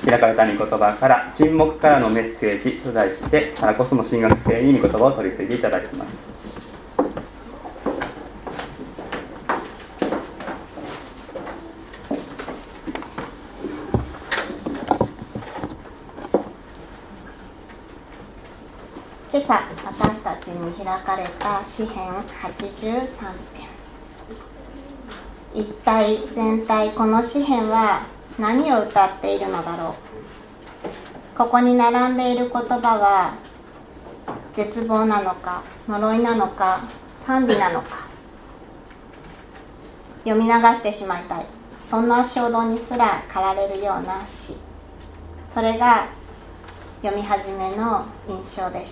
開かれた御言葉から沈黙からのメッセージと題してタラコスの新学生に御言葉を取り次いでいただきます。 今朝私たちに開かれた詩編83編、一体全体この詩編は何を歌っているのだろう。ここに並んでいる言葉は絶望なのか呪いなのか賛美なのか、読み流してしまいたい、そんな衝動にすら駆られるような詩、それが読み始めの印象でした。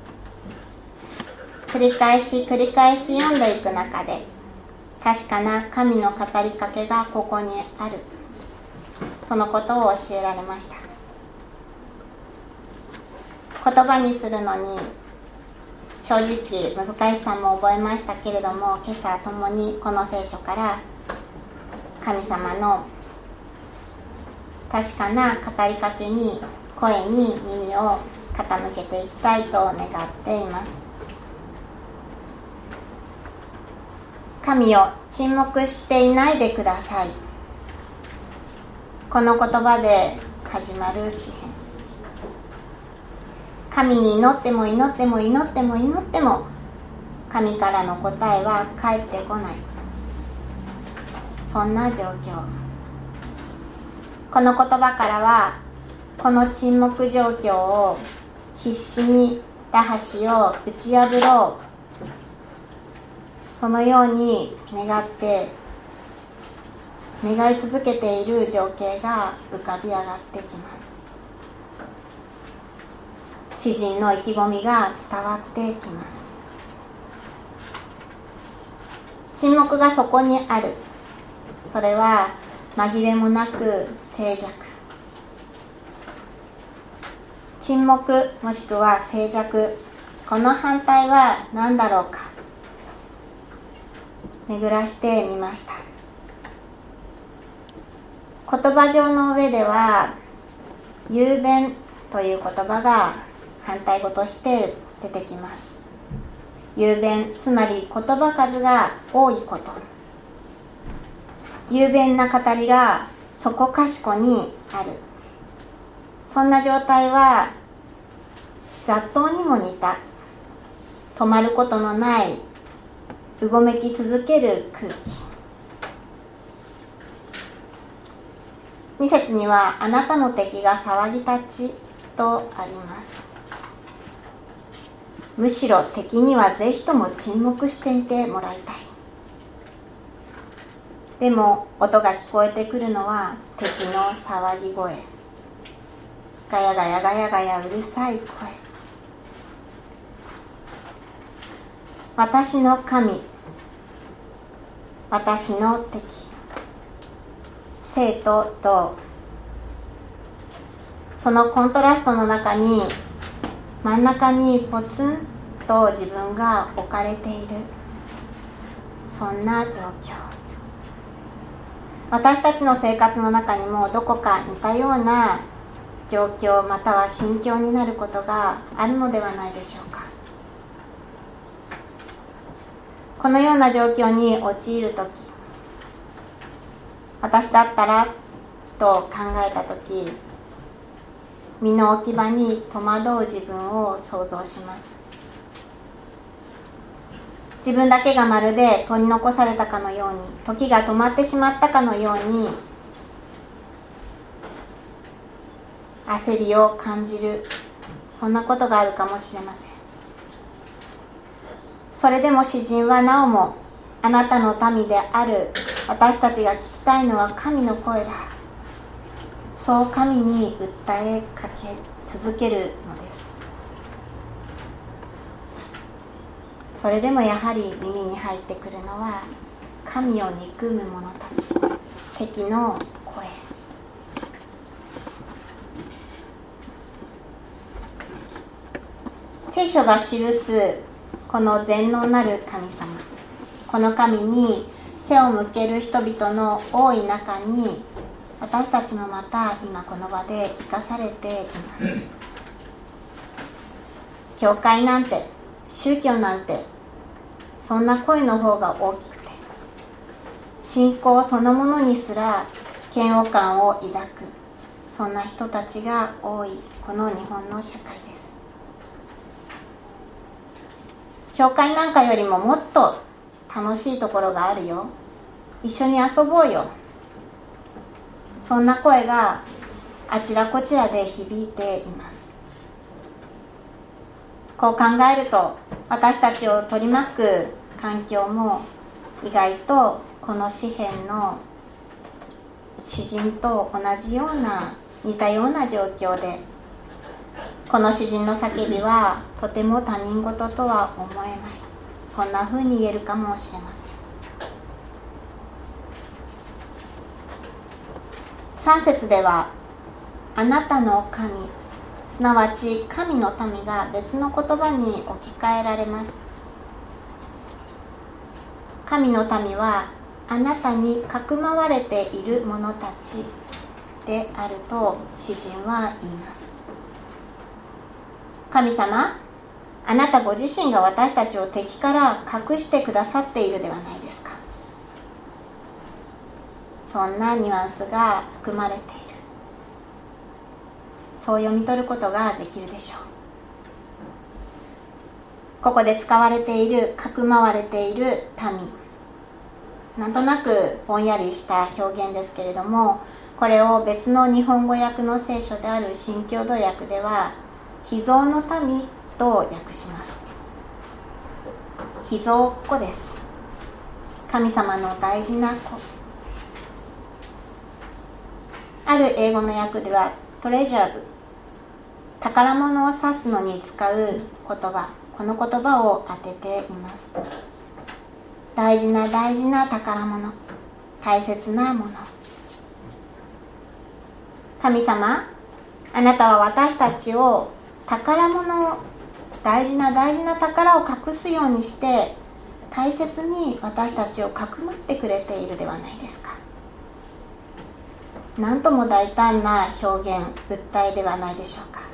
繰り返し読んでいく中で確かな神の語りかけがここにある、そのことを教えられました。言葉にするのに正直難しさも覚えましたけれども、今朝共にこの聖書から神様の確かな語りかけに声に耳を傾けていきたいと願っています。神よ、沈黙していないでください。この言葉で始まる詩編。神に祈っても神からの答えは返ってこない、そんな状況。この言葉からはこの沈黙状況を必死に打破しよう、打ち破ろう、そのように願い続けている情景が浮かび上がってきます。詩人の意気込みが伝わってきます。沈黙がそこにある、それは紛れもなく静寂。沈黙もしくは静寂、この反対は何だろうか。巡らしてみました。言葉上の上では雄弁という言葉が反対語として出てきます。雄弁、つまり言葉数が多いこと、雄弁な語りがそこかしこにある、そんな状態は雑踏にも似た、止まることのないうごめき続ける空気。2節にはあなたの敵が騒ぎ立ちとあります。むしろ敵にはぜひとも沈黙していてもらいたい。でも音が聞こえてくるのは敵の騒ぎ声、ガヤガヤガヤガヤうるさい声。私の神、私の敵、生と動、そのコントラストの中に真ん中にポツンと自分が置かれている、そんな状況。私たちの生活の中にもどこか似たような状況または心境になることがあるのではないでしょうか。このような状況に陥るとき、私だったらと考えたとき、身の置き場に戸惑う自分を想像します。自分だけがまるで取り残されたかのように、時が止まってしまったかのように焦りを感じる、そんなことがあるかもしれません。それでも詩人はなおも、あなたの民である私たちが聞きたいのは神の声だ、そう神に訴えかけ続けるのです。それでもやはり耳に入ってくるのは神を憎む者たち、敵の声。聖書が記すこの全能なる神様、この神に背を向ける人々の多い中に、 私たちもまた今この場で生かされています。教会なんて、宗教なんて、そんな声の方が大きくて、信仰そのものにすら嫌悪感を抱く、そんな人たちが多いこの日本の社会です。教会なんかよりももっと楽しいところがあるよ、一緒に遊ぼうよ、そんな声があちらこちらで響いています。こう考えると、私たちを取り巻く環境も意外とこの詩篇の詩人と同じような似たような状況で、この詩人の叫びはとても他人事とは思えない、そんな風に言えるかもしれません。3節では、あなたの神、すなわち神の民が別の言葉に置き換えられます。神の民はあなたにかくまわれている者たちであると詩人は言います。神様、あなたご自身が私たちを敵から隠してくださっているではないですか。そんなニュアンスが含まれている、そう読み取ることができるでしょう。ここで使われているかくまわれている民、なんとなくぼんやりした表現ですけれども、これを別の日本語訳の聖書である新共同訳では秘蔵の民と訳します。秘蔵っ子です。神様の大事な子。ある英語の訳ではトレジャーズ、宝物を指すのに使う言葉、この言葉を当てています。大事な大事な宝物、大切なもの。神様、あなたは私たちを宝物、大事な大事な宝を隠すようにして大切に私たちをかくまってくれているではないですか。なんとも大胆な表現、物体ではないでしょうか。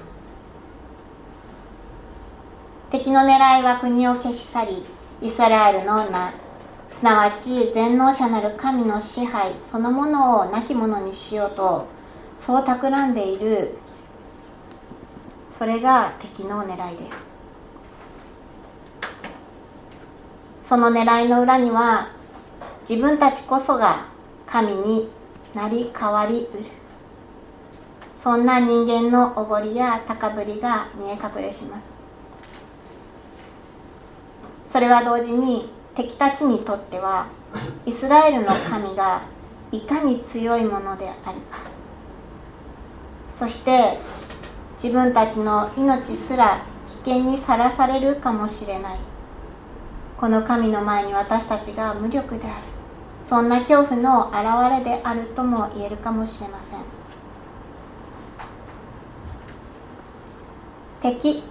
敵の狙いは国を消し去り、イスラエルの名、すなわち全能者なる神の支配そのものを亡き者にしようとそう企んでいる、それが敵の狙いです。その狙いの裏には、自分たちこそが神になり変わりうる、そんな人間のおごりや高ぶりが見え隠れします。それは同時に敵たちにとってはイスラエルの神がいかに強いものであるか、そして自分たちの命すら危険にさらされるかもしれない、この神の前に私たちが無力である、そんな恐怖の表れであるとも言えるかもしれません。敵、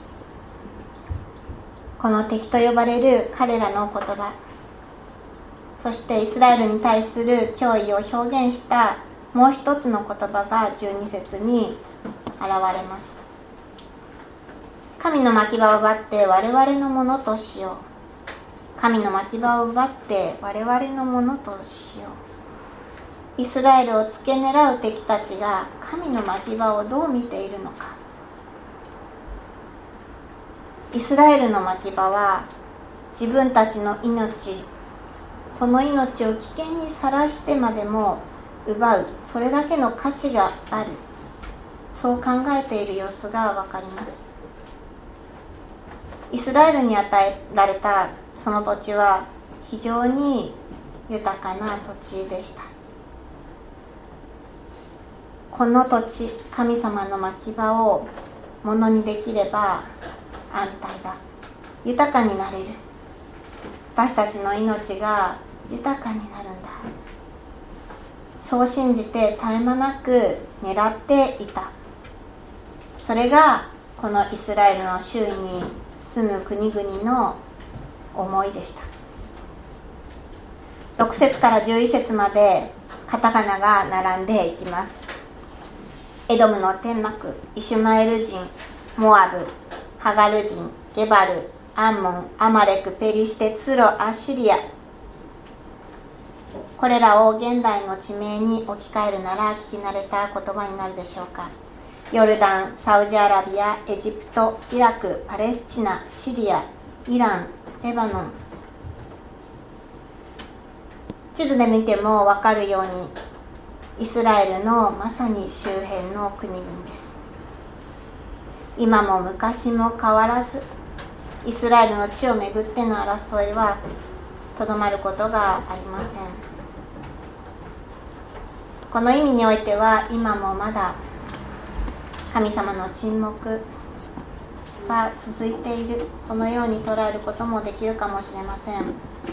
この敵と呼ばれる彼らの言葉、そしてイスラエルに対する脅威を表現したもう一つの言葉が12節に現れます。神の牧場を奪って我々のものとしよう。神の牧場を奪って我々のものとしよう。イスラエルを付け狙う敵たちが神の牧場をどう見ているのか。イスラエルの牧場は自分たちの命、その命を危険にさらしてまでも奪う、それだけの価値がある、そう考えている様子がわかります。イスラエルに与えられたその土地は非常に豊かな土地でした。この土地、神様の牧場をものにできれば安泰だ、豊かになれる、私たちの命が豊かになるんだ、そう信じて絶え間なく狙っていた。それがこのイスラエルの周囲に住む国々の思いでした。6節から11節までカタカナが並んでいきます。エドムの天幕、イシュマエル人、モアブ、ハガル人、ゲバル、アンモン、アマレク、ペリシテ、ツロ、アッシリア。これらを現代の地名に置き換えるなら聞き慣れた言葉になるでしょうか。ヨルダン、サウジアラビア、エジプト、イラク、パレスチナ、シリア、イラン、レバノン。地図で見ても分かるようにイスラエルのまさに周辺の国々です。今も昔も変わらずイスラエルの地をめぐっての争いはとどまることがありません。この意味においては今もまだ神様の沈黙が続いている、そのように捉えることもできるかもしれません。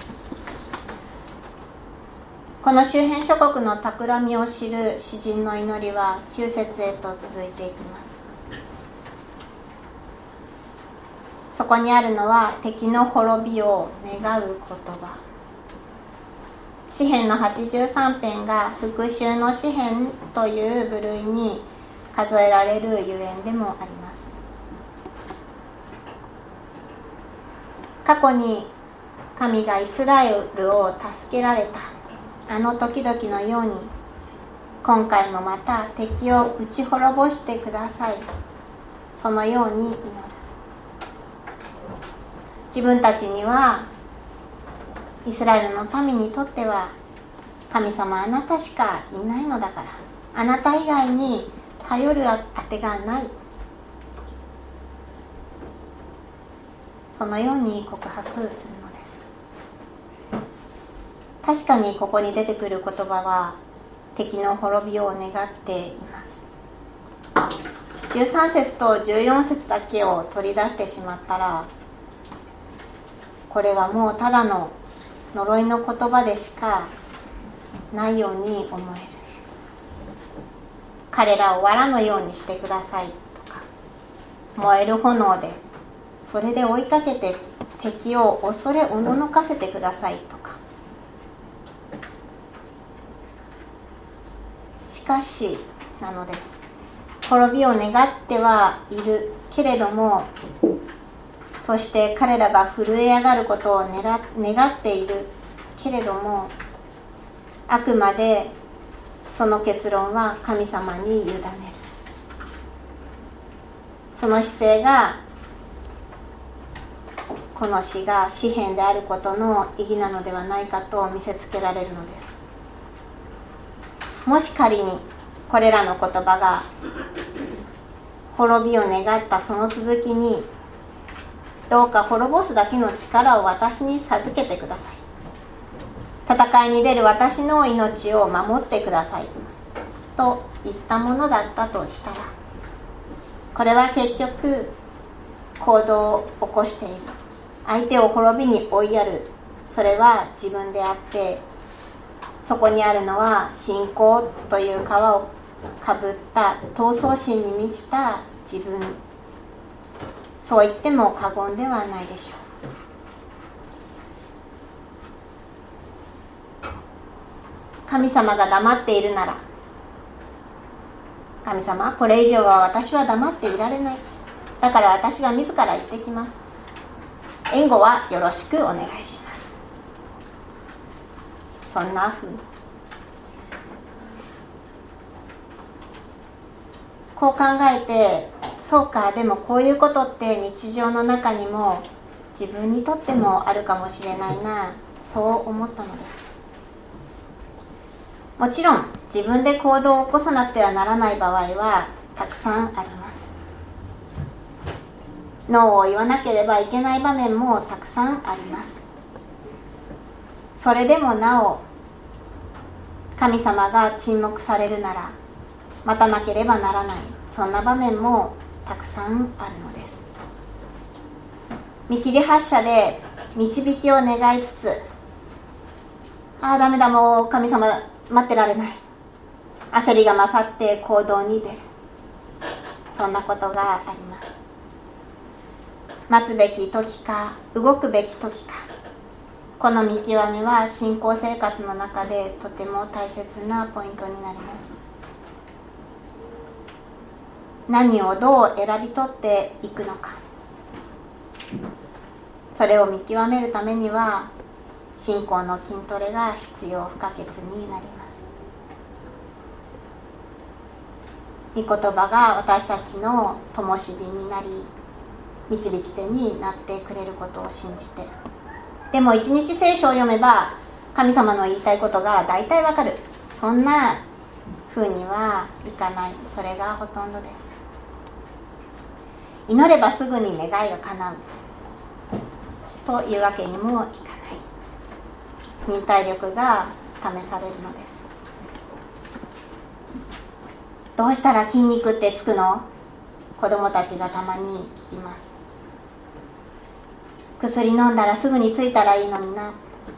この周辺諸国の企みを知る詩人の祈りは9節へと続いていきます。そこにあるのは敵の滅びを願う言葉。詩編の83編が復讐の詩編という部類に数えられるゆえんでもあります。過去に神がイスラエルを助けられたあの時々のように今回もまた敵を打ち滅ぼしてください。そのように祈る。自分たちにはイスラエルの民にとっては神様あなたしかいないのだからあなた以外に頼るあてがない、そのように告白するのです。確かにここに出てくる言葉は敵の滅びを願っています。13節と14節だけを取り出してしまったらこれはもうただの呪いの言葉でしかないように思える。彼らを藁のようにしてくださいとか、燃える炎でそれで追いかけて敵を恐れおののかせてくださいとか。しかしなのです。滅びを願ってはいるけれども、そして彼らが震え上がることを願っているけれども、あくまでその結論は神様に委ねる。その姿勢がこの詩が詩篇であることの意義なのではないかと見せつけられるのです。もし仮にこれらの言葉が滅びを願ったその続きに、どうか滅ぼすだけの力を私に授けてください、戦いに出る私の命を守ってくださいと言ったものだったとしたら、これは結局行動を起こしている、相手を滅びに追いやる、それは自分であって、そこにあるのは信仰という皮をかぶった闘争心に満ちた自分、そう言っても過言ではないでしょう。神様が黙っているなら、神様、これ以上は私は黙っていられない、だから私が自ら言ってきます、援護はよろしくお願いします。そんなふうにこう考えて、そうか、でもこういうことって日常の中にも自分にとってもあるかもしれないな、そう思ったのです。もちろん自分で行動を起こさなくてはならない場合はたくさんあります。ノーを言わなければいけない場面もたくさんあります。それでもなお神様が沈黙されるなら待たなければならない、そんな場面もたくさんあるのです。見切り発車で導きを願いつつ、ダメだ、もう神様待ってられない、焦りが勝って行動に出る、そんなことがあります。待つべき時か動くべき時か、 この見極めは信仰生活の中でとても大切なポイントになります。何をどう選び取っていくのか、それを見極めるためには信仰の筋トレが必要不可欠になります。御言葉が私たちの灯火になり、導き手になってくれることを信じて、でも一日聖書を読めば神様の言いたいことが大体わかる、そんな風にはいかない。それがほとんどです。祈ればすぐに願いが叶うというわけにもいかない。忍耐力が試されるのです。どうしたら筋肉ってつくの？子供たちがたまに聞きます。薬飲んだらすぐについたらいいのにな。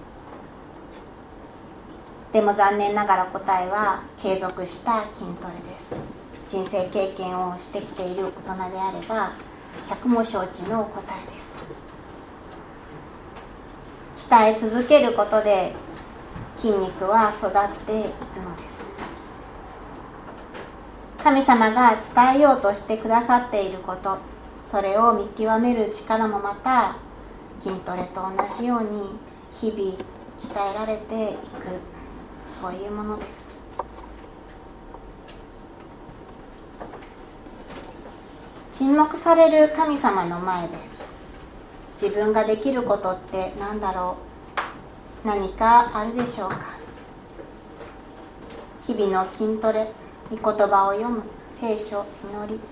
でも残念ながら答えは継続した筋トレです。人生経験をしてきている大人であれば百も承知の答えです。鍛え続けることで筋肉は育っていくのです。神様が伝えようとしてくださっていること、それを見極める力もまた筋トレと同じように日々鍛えられていく、そういうものです。沈黙される神様の前で自分ができることって何だろう、何かあるでしょうか。日々の筋トレ、御言葉を読む、聖書、祈り、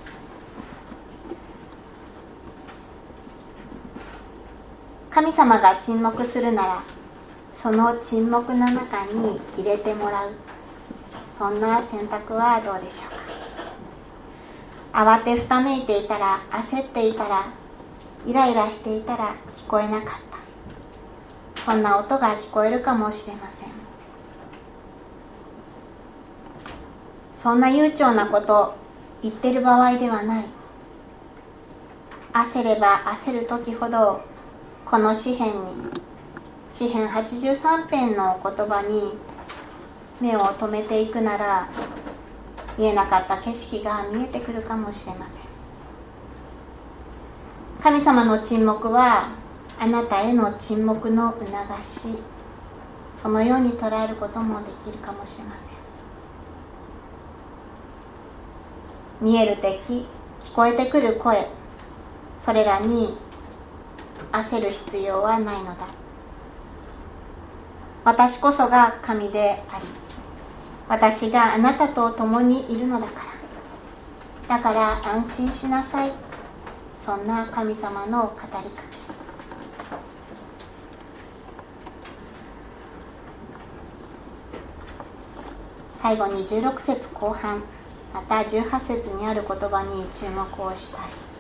神様が沈黙するならその沈黙の中に入れてもらう、そんな選択はどうでしょうか。慌てふためいていたら、焦っていたら、イライラしていたら聞こえなかった、そんな音が聞こえるかもしれません。そんな悠長なこと言ってる場合ではない。焦れば焦る時ほどこの詩編83編の言葉に目を留めていくなら、見えなかった景色が見えてくるかもしれません。神様の沈黙はあなたへの沈黙の促し、そのように捉えることもできるかもしれません。見える敵、聞こえてくる声、それらに焦る必要はないのだ。私こそが神であり、私があなたと共にいるのだから、だから安心しなさい、そんな神様の語りかけ。最後に16節後半、また18節にある言葉に注目をしたい。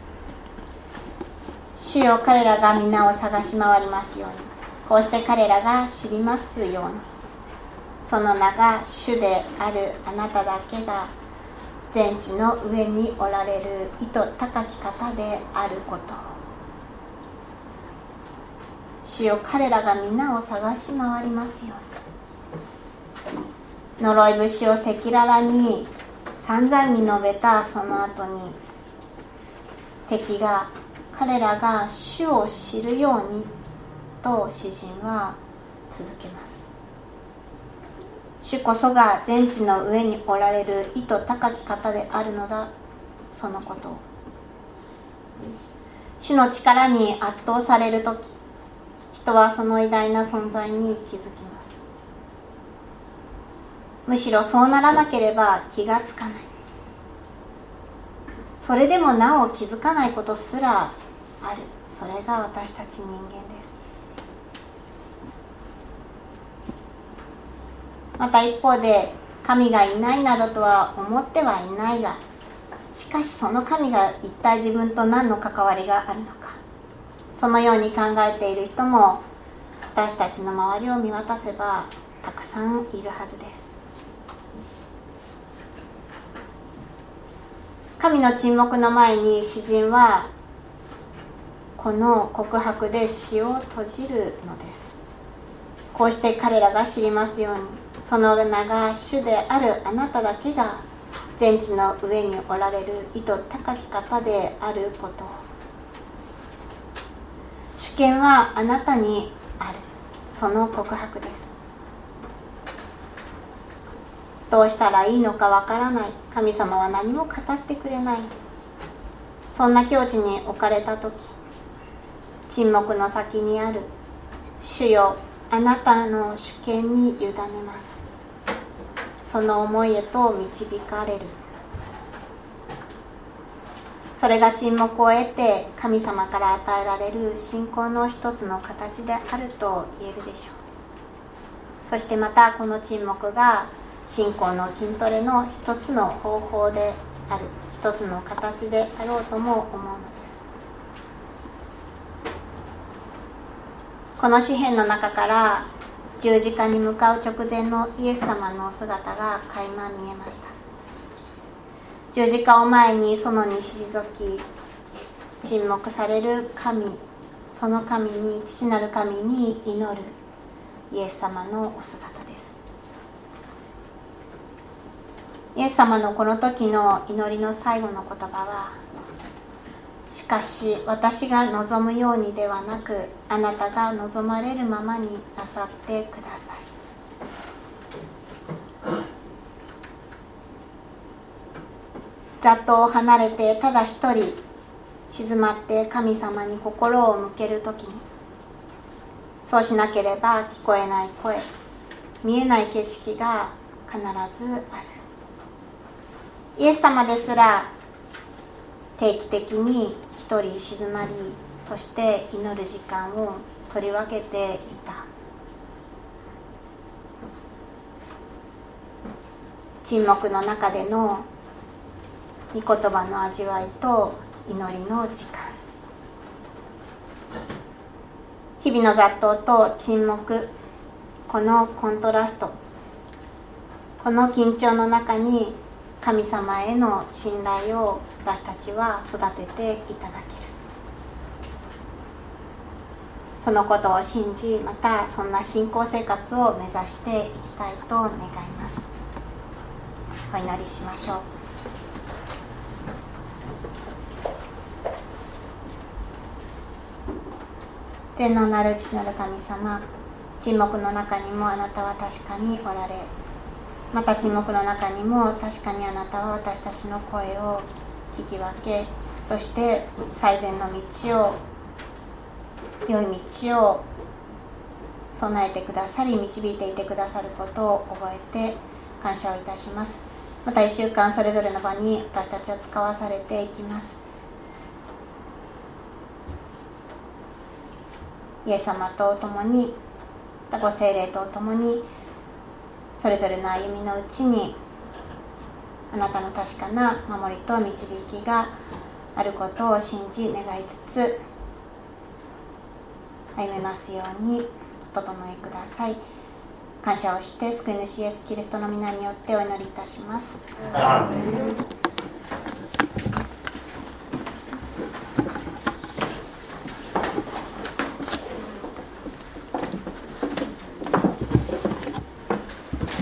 主よ、彼らが皆を探し回りますように、こうして彼らが知りますように、その名が主であるあなただけが全地の上におられる意図高き方であること。主よ、彼らが皆を探し回りますように。呪い節を赤裸々に散々に述べたその後に、敵が彼らが主を知るようにと詩人は続けます。主こそが全地の上におられる意図高き方であるのだ、そのことを。主の力に圧倒されるとき、人はその偉大な存在に気づきます。むしろそうならなければ気がつかない。それでもなお気づかないことすらある。それが私たち人間です。また一方で、神がいないなどとは思ってはいないが、しかしその神が一体自分と何の関わりがあるのか、そのように考えている人も私たちの周りを見渡せばたくさんいるはずです。神の沈黙の前に詩人はこの告白で詩を閉じるのです。 こうして彼らが知りますように、その名が主であるあなただけが全地の上におられる意図高き方であることを。主権はあなたにある、その告白です。どうしたらいいのかわからない、神様は何も語ってくれない、そんな境地に置かれた時、沈黙の先にある主よ、あなたの主権に委ねます。その思いへと導かれる。それが沈黙を得て神様から与えられる信仰の一つの形であると言えるでしょう。そしてまたこの沈黙が信仰の筋トレの一つの方法である、一つの形であろうとも思うのです。この詩篇の中から十字架に向かう直前のイエス様の姿が垣間見えました。十字架を前に園に退き沈黙される神、その神に、父なる神に祈るイエス様のお姿です。イエス様のこの時の祈りの最後の言葉は、しかし私が望むようにではなく、あなたが望まれるままになさってください。ざっと離れてただ一人静まって神様に心を向けるときに、そうしなければ聞こえない声、見えない景色が必ずある。イエス様ですら定期的に一人静まり、そして祈る時間を取り分けていた。沈黙の中での御言葉の味わいと祈りの時間、日々の雑踏と沈黙、このコントラスト、この緊張の中に神様への信頼を私たちは育てていただける。そのことを信じ、またそんな信仰生活を目指していきたいと願います。お祈りしましょう。全能なる父なる神様、沈黙の中にもあなたは確かにおられ、また沈黙の中にも確かにあなたは私たちの声を聞き分け、そして最善の道を、良い道を備えてくださり導いていてくださることを覚えて感謝をいたします。また1週間それぞれの場に私たちは使わされていきます。イエス様と共に、ご聖霊と共に、それぞれの歩みのうちにあなたの確かな守りと導きがあることを信じ願いつつ歩めますようにお整えください。感謝をして救い主イエスキリストの皆によってお祈りいたします。アーメン。